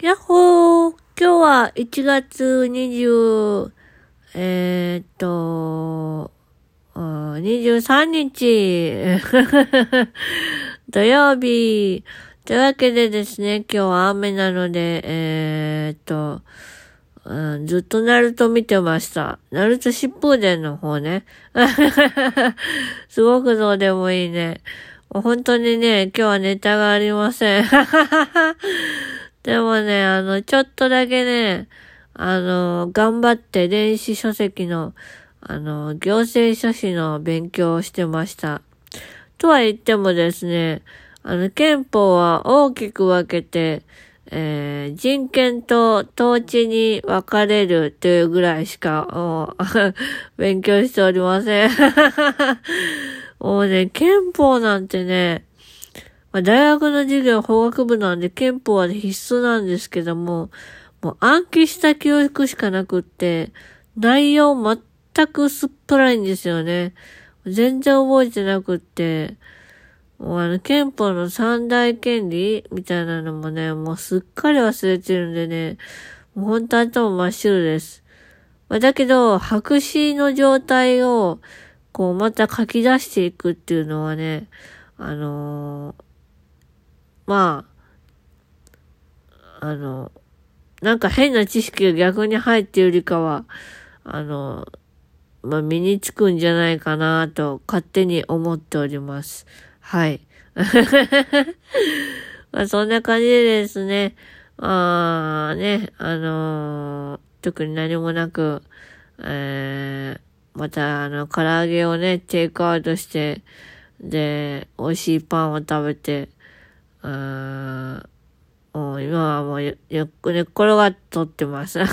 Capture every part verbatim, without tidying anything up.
やっほー。今日はいちがつにじゅう、えーっと、あにじゅうさんにち土曜日。というわけでですね、今日は雨なので、えーっと、うん、ずっとナルト見てました。ナルト疾風伝の方ね。すごくどうでもいいね。本当にね、今日はネタがありません。でもね、あの、ちょっとだけね、あの、頑張って電子書籍の、あの、行政書士の勉強をしてました。とは言ってもですね、あの、憲法は大きく分けて、えー、人権と統治に分かれるというぐらいしか、もう勉強しておりません。もうね、憲法なんてね、まあ、大学の授業法学部なんで憲法は必須なんですけども、もう暗記した記憶しかなくって、内容全くすっぽらいんですよね。全然覚えてなくって、もうあの憲法の三大権利みたいなのもね、もうすっかり忘れてるんでね、もう本当頭真っ白です。まあ、だけど、白紙の状態を、こうまた書き出していくっていうのはね、あのー、まあ、あの、なんか変な知識が逆に入っているよりかは、あの、まあ、身につくんじゃないかなと勝手に思っております。はい。まあ、そんな感じでですね、まあね、あのー、特に何もなく、えー、またあの、唐揚げをね、テイクアウトして、で、美味しいパンを食べて、あーもう今はもうよ、よく寝っ転がっとってます。あ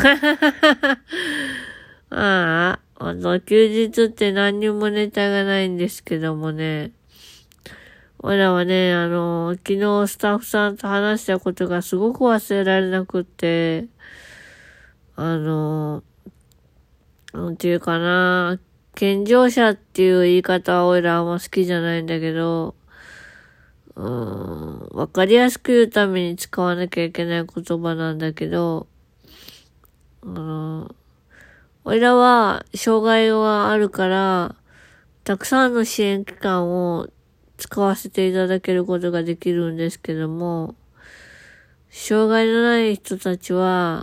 あ、あの、休日って何にもネタがないんですけどもね。我らはね、あの、昨日スタッフさんと話したことがすごく忘れられなくって、あの、なんていうかな、健常者っていう言い方は俺らあんま好きじゃないんだけど、うーん、わかりやすく言うために使わなきゃいけない言葉なんだけど、あの、俺らは障害があるから、たくさんの支援機関を使わせていただけることができるんですけども、障害のない人たちは、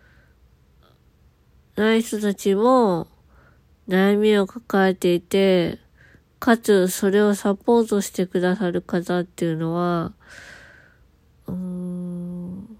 ない人たちも悩みを抱えていて、かつそれをサポートしてくださる方っていうのは、うーん、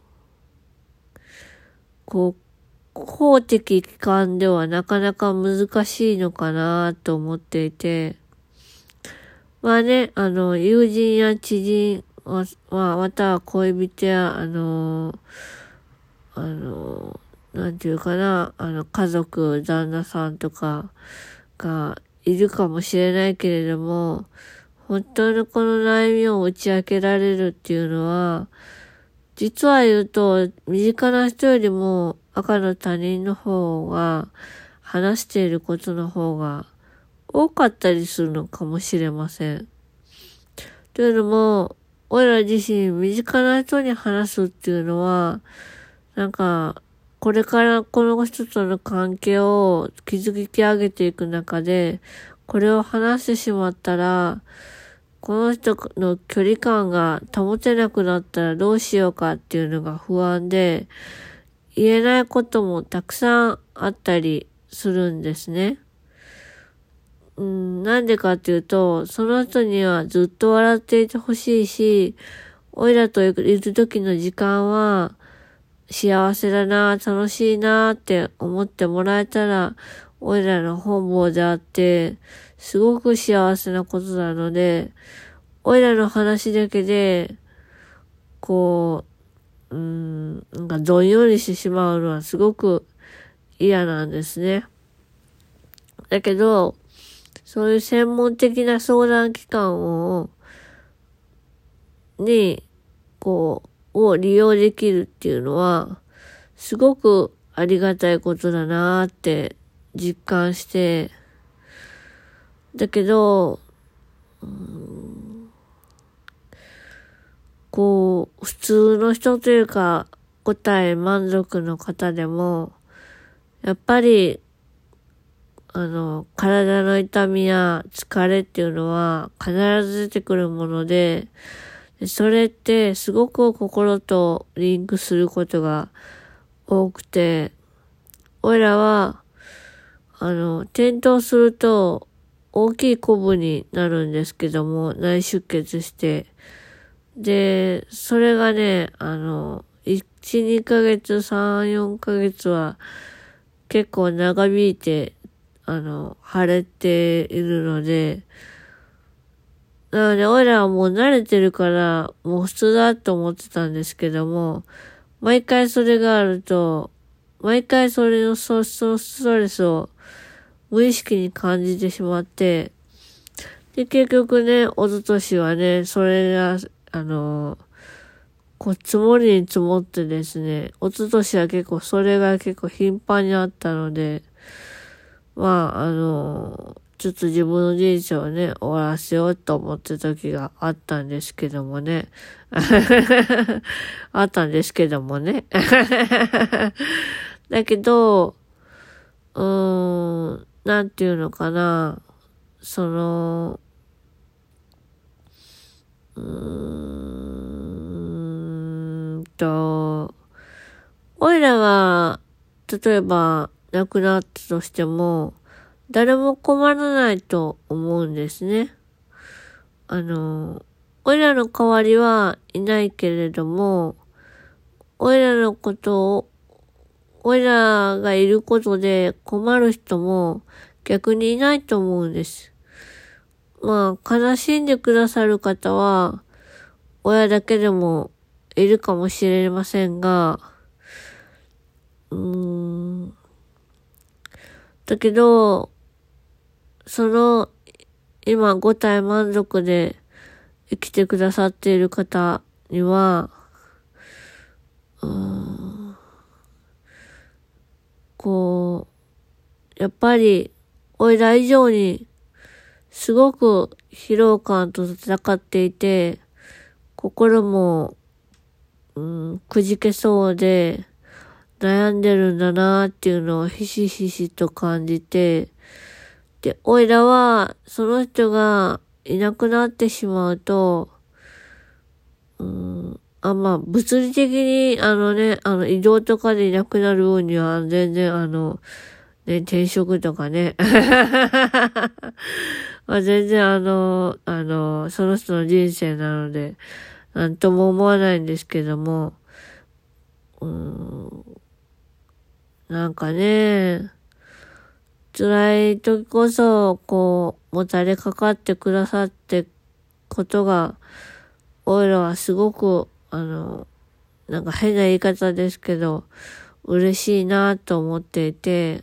こう、公的機関ではなかなか難しいのかなと思っていて、まあね、あの、友人や知人は、または恋人や、あの、あの、なんていうかな、あの、家族、旦那さんとかがいるかもしれないけれども、本当のこの悩みを打ち明けられるっていうのは、実は言うと、身近な人よりも赤の他人の方が話していることの方が多かったりするのかもしれません。というのも、俺ら自身身近な人に話すっていうのは、なんか、これからこの人との関係を築き上げていく中で、これを話してしまったら、この人の距離感が保てなくなったらどうしようかっていうのが不安で、言えないこともたくさんあったりするんですね。うん、なんでかっていうと、その人にはずっと笑っていてほしいし、おいらといる時の時間は幸せだな、楽しいなって思ってもらえたら、おいらの本望であって、すごく幸せなことなので、おいらの話だけで、こう、うーん、なんかどんよりしてしまうのはすごく嫌なんですね。だけど、そういう専門的な相談機関を、に、こう、を利用できるっていうのは、すごくありがたいことだなーって実感して、だけど、うーん、こう、普通の人というか、 答え満足の方でも、やっぱり、あの、体の痛みや疲れっていうのは必ず出てくるもので、それってすごく心とリンクすることが多くて、おいらは、あの、転倒すると大きいコブになるんですけども、内出血して、で、それがね、あの、いち、にかげつ、さん、よんかげつは結構長引いて、あの、腫れているので、なので、俺らはもう慣れてるから、もう普通だと思ってたんですけども、毎回それがあると、毎回それのそそのストレスを無意識に感じてしまって、で、結局ね、おととしはね、それが、あの、こう、積もりに積もってですね、おととしは結構それが結構頻繁にあったので、まあ、あの、ちょっと自分の人生をね、終わらせようと思ってた時があったんですけどもね。あったんですけどもね。だけど、うーん、なんていうのかな、その、うーんと、おいらが、例えば、亡くなったとしても、誰も困らないと思うんですね。あの、おいらの代わりはいないけれども、おいらのことを、おいらがいることで困る人も逆にいないと思うんです。まあ、悲しんでくださる方は、親だけでもいるかもしれませんが、うーん。だけど、その、今、五体満足で生きてくださっている方には、うーん、こう、やっぱり、おいら以上に、すごく疲労感と戦っていて、心も、うん、くじけそうで、悩んでるんだなーっていうのをひしひしと感じて、で、おいらは、その人がいなくなってしまうと、うーん、あ、まあ、物理的に、あのね、あの、移動とかでいなくなる分には、全然、あの、ね、転職とかね。まあ、全然、あの、あの、その人の人生なので、なんとも思わないんですけども、うーん、なんかね、辛い時こそ、こう、もたれかかってくださってことが、おいらはすごく、あの、なんか変な言い方ですけど、嬉しいなと思っていて、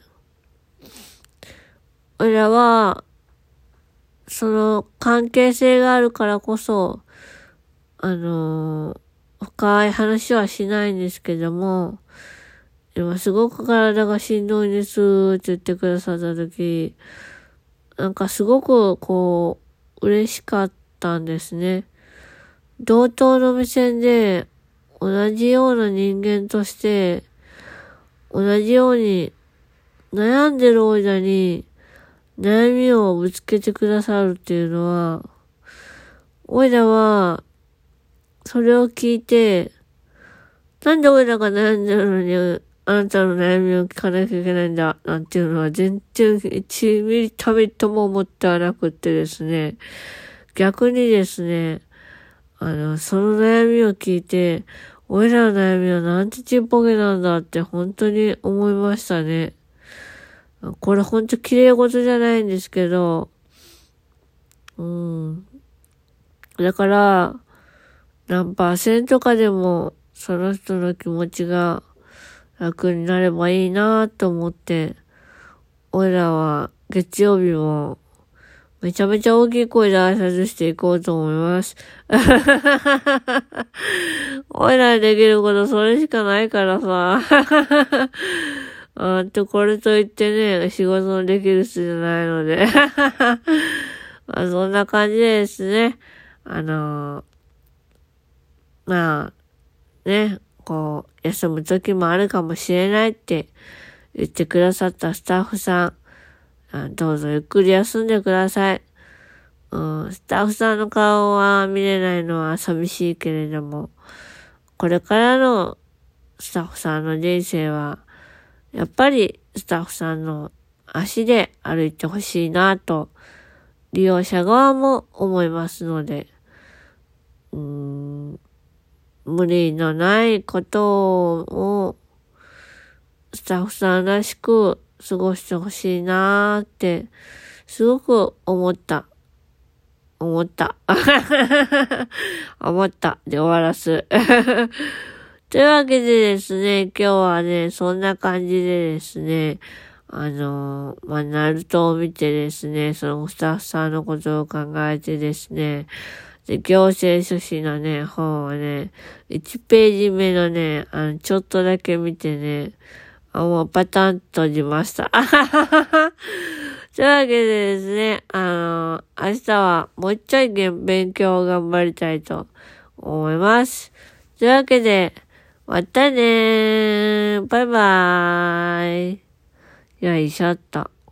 おいらは、その関係性があるからこそ、あの、深い話はしないんですけども、今すごく体がしんどいですって言ってくださったとき、なんかすごくこう、嬉しかったんですね。同等の目線で、同じような人間として、同じように悩んでる間に悩みをぶつけてくださるっていうのは、おいらは、それを聞いて、なんでおいらが悩んでるのに、あなたの悩みを聞かなきゃいけないんだ、なんていうのは全然いちミリためとも思ってはなくってですね、逆にですね、あの、その悩みを聞いて、おいらの悩みはなんてちんぽけなんだって本当に思いましたね。これ本当綺麗事じゃないんですけど、うん。だから、何パーセントかでも、その人の気持ちが楽になればいいなと思って、おいらは月曜日もめちゃめちゃ大きい声で挨拶していこうと思います。おいらにできることそれしかないからさ。あと、これといってね、仕事のできる人じゃないので。まあ、そんな感じでですね。あのー、まあ、ね、 こう、休む時もあるかもしれないって言ってくださったスタッフさん、どうぞゆっくり休んでください。うん、スタッフさんの顔は見れないのは寂しいけれども、これからのスタッフさんの人生は、やっぱりスタッフさんの足で歩いてほしいなと、利用者側も思いますので、うーん、無理のないことを、スタッフさんらしく過ごしてほしいなーって、すごく思った。思った。思ったで終わらす。というわけでですね、今日はね、そんな感じでですね、あのー、まあ、ナルトを見てですね、そのスタッフさんのことを考えてですね、で、行政書士のね、本をね、いちページ目のね、あの、ちょっとだけ見てね、あ、もうパタンと閉じました。というわけでですね、あの、明日はもうちょい勉強を頑張りたいと思います。というわけで、またねー。バイバーイ。よいしょっと。